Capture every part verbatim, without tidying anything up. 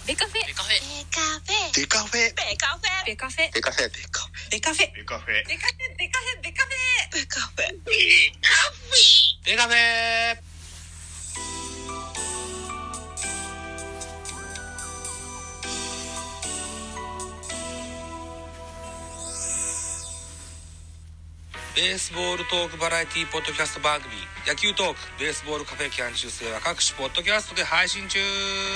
ベカフェベカフェベカフェベカフェベカフェベカフェベカフェベカフェベカフェベカフェベカフェベカフェベカフェベカフェベカフェベースボールトークバラエティポッドキャスト番組野球トークベースボールカフェキャン中世は各種ポッドキャストで配信中。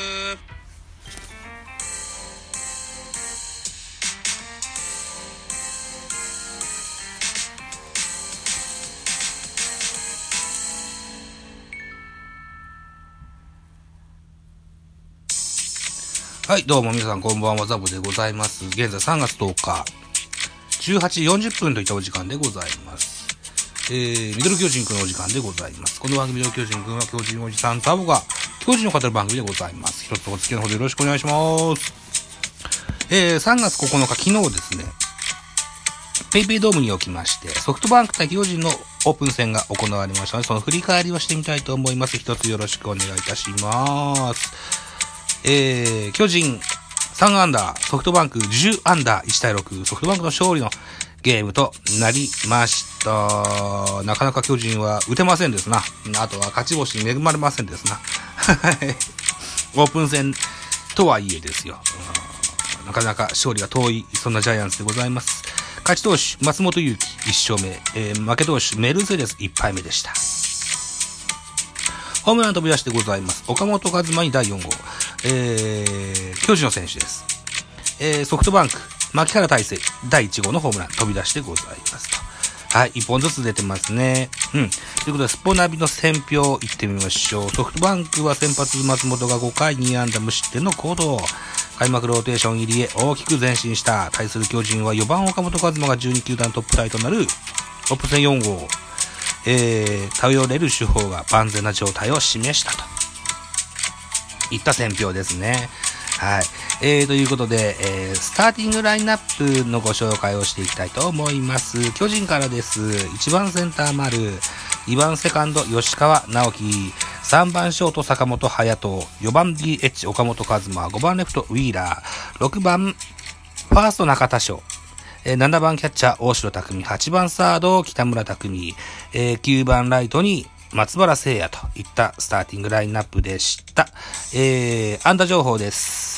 はい、どうも皆さんこんばんは、ザボでございます。現在さんがつとおかじゅうはちじよんじゅっぷんといったお時間でございます。えー、ミドル巨人くんのお時間でございます。この番組の巨人くんは巨人おじさんザボが巨人を語る番組でございます。一つお付き合いのほどよろしくお願いします。えー、さんがつここのか昨日ですね、ペイペイドームにおきましてソフトバンク対巨人のオープン戦が行われましたので、その振り返りをしてみたいと思います。一つよろしくお願いいたします。えー、巨人さんアンダー、ソフトバンクじゅうアンダー、いちたいろく、ソフトバンクの勝利のゲームとなりました。なかなか巨人は打てませんですな。あとは勝ち星に恵まれませんですな。オープン戦とはいえですよ。なかなか勝利が遠い、そんなジャイアンツでございます。勝ち投手、松本裕樹いっしょうめ、えー、負け投手、メルセデスいっぱいめでした。ホームラン飛び出してございます。岡本和真にだいよんごう。えー、巨人の選手です。えー、ソフトバンク、牧原大成、だいいちごうのホームラン飛び出してございますと。はい、いっぽんずつ出てますね。うん。ということで、スポナビの選評いってみましょう。ソフトバンクは先発松本がごかいにあんだ無失点の好投。開幕ローテーション入りへ大きく前進した。対する巨人はよばん岡本和真がじゅうにきゅうだんトップタイとなるオープン戦よんごう。えー、頼れる手法が万全な状態を示したといった選評ですね。はい。えー、ということで、えー、スターティングラインナップのご紹介をしていきたいと思います。巨人からです。いちばんセンター丸、にばんセカンド吉川直樹、さんばんショート坂本勇人、よばん ディーエイチ 岡本和真、ごばんレフトウィーラー、ろくばんファースト中田翔、ななばんキャッチャー大城匠、はちばんサード北村匠海、えー、きゅうばんライトに松原聖也といったスターティングラインナップでした。えー、安打情報です。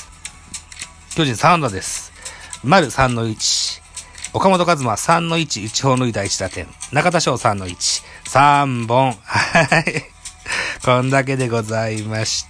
巨人さんあんだです。丸さんのいち、岡本和真さんのいち、いちほん塁打いち打点、中田翔さんのいち、さんぼん。はい。こんだけでございました。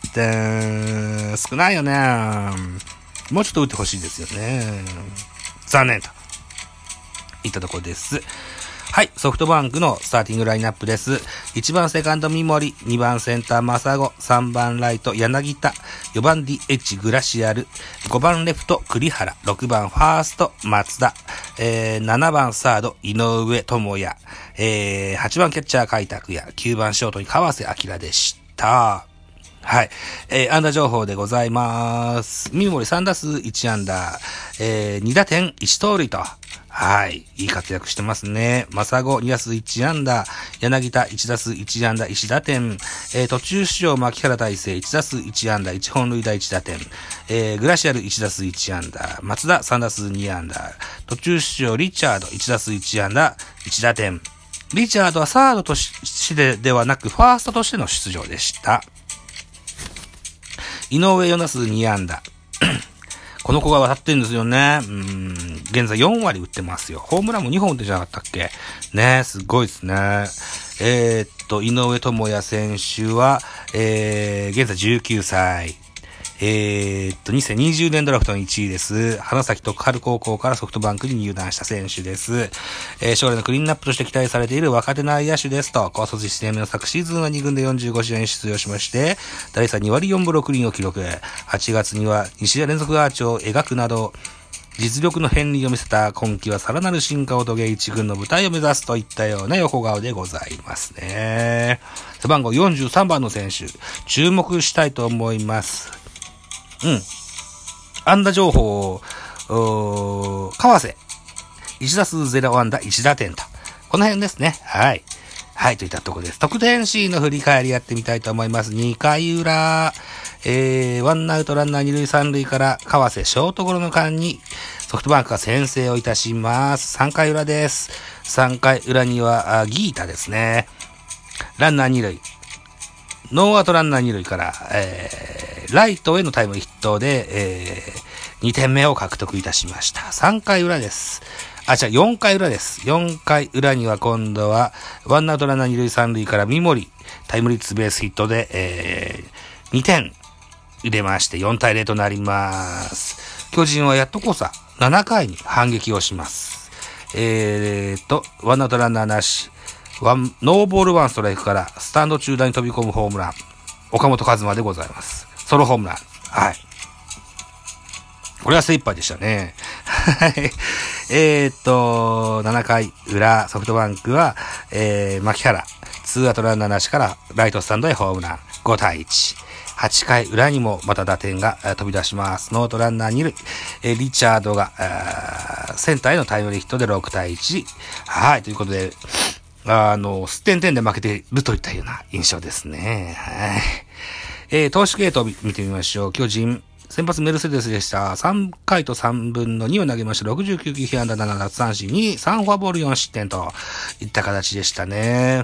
少ないよね。もうちょっと打ってほしいですよね。残念といったところです。はい、ソフトバンクのスターティングラインナップです。いちばんセカンド三森、にばんセンター正子、さんばんライト柳田、よばん ディーエイチ グラシアル、ごばんレフト栗原、ろくばんファースト松田、えー、ななばんサード井上智也、えー、はちばんキャッチャー海拓也、きゅうばんショートに川瀬明でした。はい。えー、安打情報でございます。三森さんだすういちあんだ、えー、にだてんいちとうるいと。はい。いい活躍してますね。正子にだすういちあんだ、柳田いちだすういちあんだいち打点、えー、途中出場牧原大成いちだすういちあんだいちほん塁打いち打点、えー、グラシアルいちだすういちあんだ、松田さんだすうにあんだ、途中出場リチャードいちだすういちあんだいち打点。リチャードはサードとしてではなくファーストとしての出場でした。井上よんだすうにあんだ。この子が渡ってるんですよね。うーん。現在よんわり打ってますよ。ホームランもにほん打ってじゃなかったっけね。すごいですね。えー、っと、井上智也選手は、えー、現在じゅうきゅうさい。えー、っと、にせんにじゅうねんドラフトのいちいです。花咲徳栄高校からソフトバンクに入団した選手です。えー、将来のクリーンナップとして期待されている若手内野手ですと、高卒いちねんめの昨シーズンはにぐんでよんじゅうごしあいに出場しまして、打率にわりよんぶろくりんを記録。はちがつにはにしあい連続アーチを描くなど、実力の片鱗を見せた今季はさらなる進化を遂げ一軍の舞台を目指すといったような横顔でございますね。背番号よんじゅうさんばんの選手、注目したいと思います。うん。安打情報、川瀬。いちだすうぜろあんだいち打点と。この辺ですね。はい。 はい、といったところです。得点シーンの振り返りやってみたいと思います。にかい裏、えー、ワンアウトランナー二塁三塁から川瀬ショートゴロの間にソフトバンクが先制をいたします。さんかい裏です。さんかい裏にはギータですね。ランナー二塁。ノーアウトランナー二塁から、えー、ライトへのタイムリーヒットで、えー、にてんめを獲得いたしました。さんかい裏です。あ、じゃあよんかい裏です。よんかい裏には今度は、ワンアウトランナー二塁三塁から三森、タイムリーツーベースヒットで、えー、にてん入れまして、よんたいゼロとなります。巨人はやっとこさ、ななかいに反撃をします。えーと、ワンアウトランナーなし、ワン、ノーボールワンストライクから、スタンド中段に飛び込むホームラン、岡本和真でございます。ソロホームラン。はい。これは精一杯でしたね。はい。えーっと、ななかい裏、ソフトバンクは、えー、牧原、ツーアウトランナーなしからライトスタンドへホームラン、ごたいいち。はちかい裏にもまた打点が飛び出します。ノートランナー二塁、えー、リチャードが、センターへのタイムリーヒットでろくたいいち。はい、ということで、あの、すってんてんで負けているといったような印象ですね。はい。えー、投手系統見てみましょう。巨人。先発メルセデスでした。さんかいとさんぶんのにを投げました。ろくじゅうきゅうきゅう被安打なな奪三振に、さんフォアボールよん失点といった形でしたね。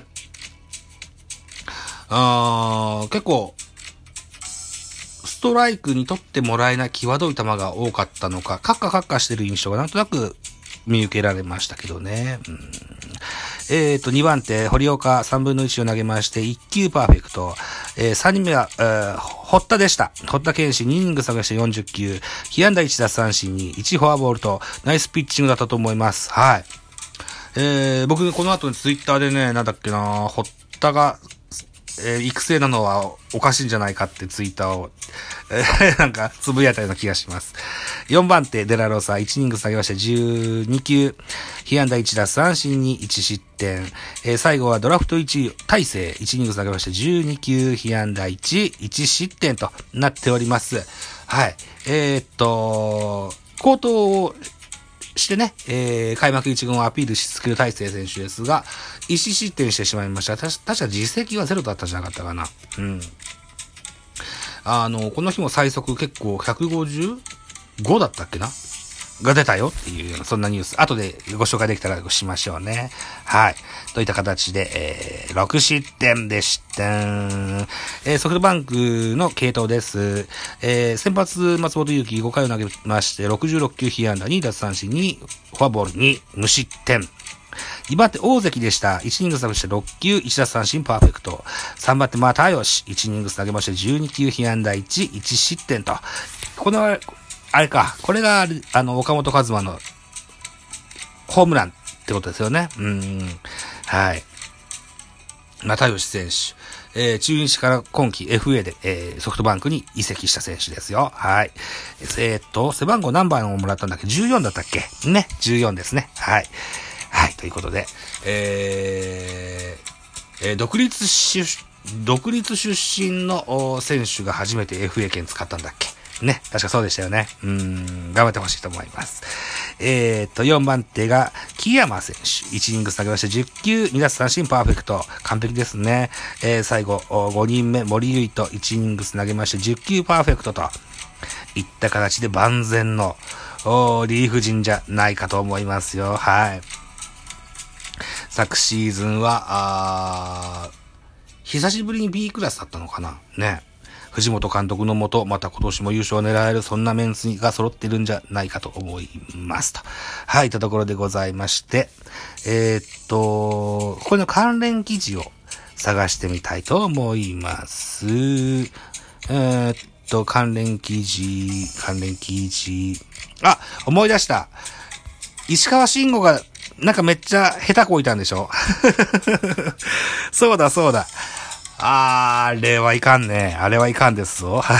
あー、結構、ストライクに取ってもらえない際どい球が多かったのか、カッカカッカしてる印象がなんとなく見受けられましたけどね。うん、えーと、にばん手、堀岡さんぶんのいちを投げまして、いっきゅうパーフェクト。えー、さんにんめは、えー、堀田でした。堀田健士にイニング下げしてよんじゅっきゅう。被安打いち奪三振にいちフォアボールと、ナイスピッチングだったと思います。はい。えー、僕この後にツイッターでね、なんだっけな、堀田が、えー、育成なのはおかしいんじゃないかってツイッターを、えー、なんかつぶやいたような気がします。よんばん手、デラロサ、いちイニング下げましてじゅうにきゅう、被安打いち奪三振にいち失点、えー、最後はドラフトいちい、大勢、いちイニング下げましてじゅうにきゅう、被安打いち、いち失点となっております。はい。えー、っと、好投をしてね、えー、開幕一軍をアピールし続ける大勢選手ですが、いち失点してしまいました。たし、確か実績はゼロだったんじゃなかったかな。うん。あの、この日も最速結構ひゃくごじゅうごだったっけなが出たよっていうような、そんなニュース。後でご紹介できたらしましょうね。はい。といった形で、えー、ろく失点でした。えー、ソフトバンクの系統です。えー、先発松本裕樹ごかいを投げまして、ろくじゅうろっきゅう被安打に奪三振に、フォアボールに無失点。にばん手大関でした。いちイニングス投げしてろっきゅう、いち奪三振パーフェクト。さんばん手又吉。いちイニングス投げましてじゅうにきゅう被安打いち、いち失点と。この、あれか。これが、あの、岡本和真のホームランってことですよね。うーん。はい。又吉選手。えー、中日から今季 エフエー で、えー、ソフトバンクに移籍した選手ですよ。はい。えー、っと、背番号何番をもらったんだっけ ?じゅうよん だったっけね。じゅうよんですね。はい。はい。ということで、えー、えー、独立出、独立出身の選手が初めて エフエー 権使ったんだっけね。確かそうでしたよね。うーん。頑張ってほしいと思います。えー、っと、よんばん手が、木山選手。いちイニング投げましてじゅっきゅう、に奪三振パーフェクト。完璧ですね。えー、最後、ごにんめ、森唯斗。いちイニング投げましてじゅっきゅうパーフェクトと、いった形で万全の、リーフ陣じゃないかと思いますよ。はい。昨シーズンは、あ久しぶりに B クラスだったのかなね。藤本監督のもと、また今年も優勝を狙える、そんなメンツが揃ってるんじゃないかと思いますと。はい、というところでございまして、えー、っと、これの関連記事を探してみたいと思います。えー、っと、関連記事、関連記事、あ、思い出した。石川慎吾が、なんかめっちゃ下手こいたんでしょそうだそうだ。あれはいかんね。あれはいかんですぞ。はい。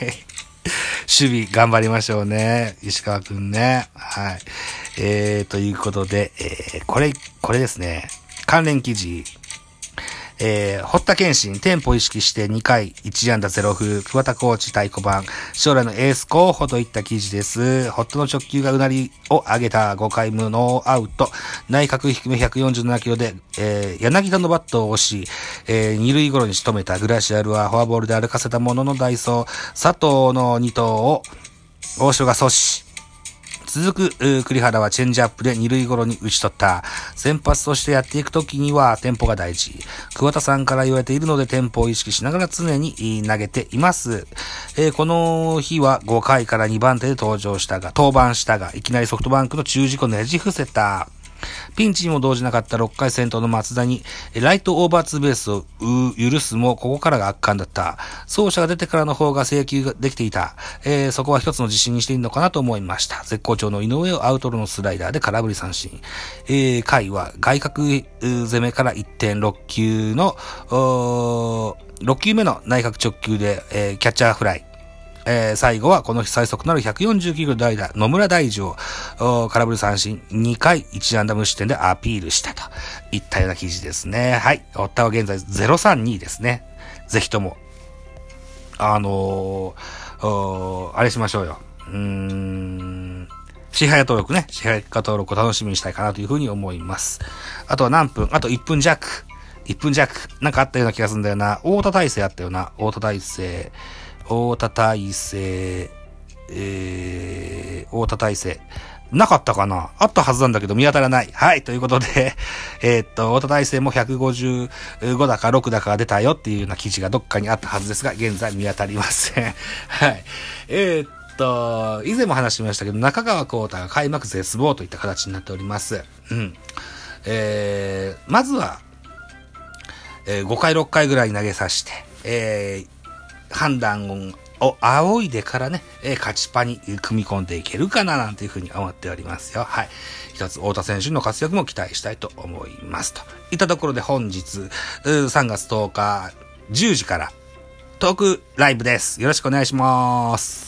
守備頑張りましょうね。石川くんね。はい。えー、ということで、えー、これ、これですね。関連記事。 えー、堀田健信、テンポ意識してにかいいち安打ゼロふう、桑田コーチ太鼓判、将来のエース候補といった記事です。堀田の直球がうなりを上げたごかい無ノーアウト、内角低めひゃくよんじゅうななキロで、えー、柳田のバットを押し、えー、二塁ゴロに仕留めたグラシアルはフォアボールで歩かせたもののダイソー、佐藤のに投を大城が阻止。続く栗原はチェンジアップで二塁ゴロに打ち取った。先発としてやっていくときにはテンポが大事。桑田さんから言われているのでテンポを意識しながら常に投げています。えー、この日はごかいからにばん手で登場したが、登板したが、いきなりソフトバンクの中軸をねじ伏せた。ピンチにも動じなかったろっかい先頭の松田にライトオーバーツーベースを許すもここからが圧巻だった。走者が出てからの方が制球ができていた。えー、そこは一つの自信にしているのかなと思いました。絶好調の井上をアウトロのスライダーで空振り三振。えー、回は外角攻めからいってんろく球のろっ球目の内角直球で、えー、キャッチャーフライ。えー、最後はこの日最速なるひゃくよんじゅうきゅうキロ代打、野村大樹を空振り三振にかいいち安打無失点でアピールしたといったような記事ですね。はい。堀田は現在ゼロさんにですね。ぜひとも、あのー、あれしましょうよ。うーん。支配下登録ね。支配下登録を楽しみにしたいかなというふうに思います。あとは何分？あといっぷん弱。いっぷん弱。なんかあったような気がするんだよな。太田大成あったよな。太田大成。太田大成、えー、太田大成。なかったかな？あったはずなんだけど見当たらない。はい。ということで、えー、っと、太田大成もひゃくごじゅうごだかろくだかが出たよっていうような記事がどっかにあったはずですが、現在見当たりません。はい。えー、っと、以前も話しましたけど、中川幸太が開幕絶望といった形になっております。うん。えー、まずは、えー、ごかいろっかいぐらい投げさせて、えー、判断を仰いでからね、えー、勝ちパに組み込んでいけるかななんていうふうに思っておりますよ。はい。一つ太田選手の活躍も期待したいと思いますといったところで、本日さんがつとおかじゅうじからトークライブです。よろしくお願いします。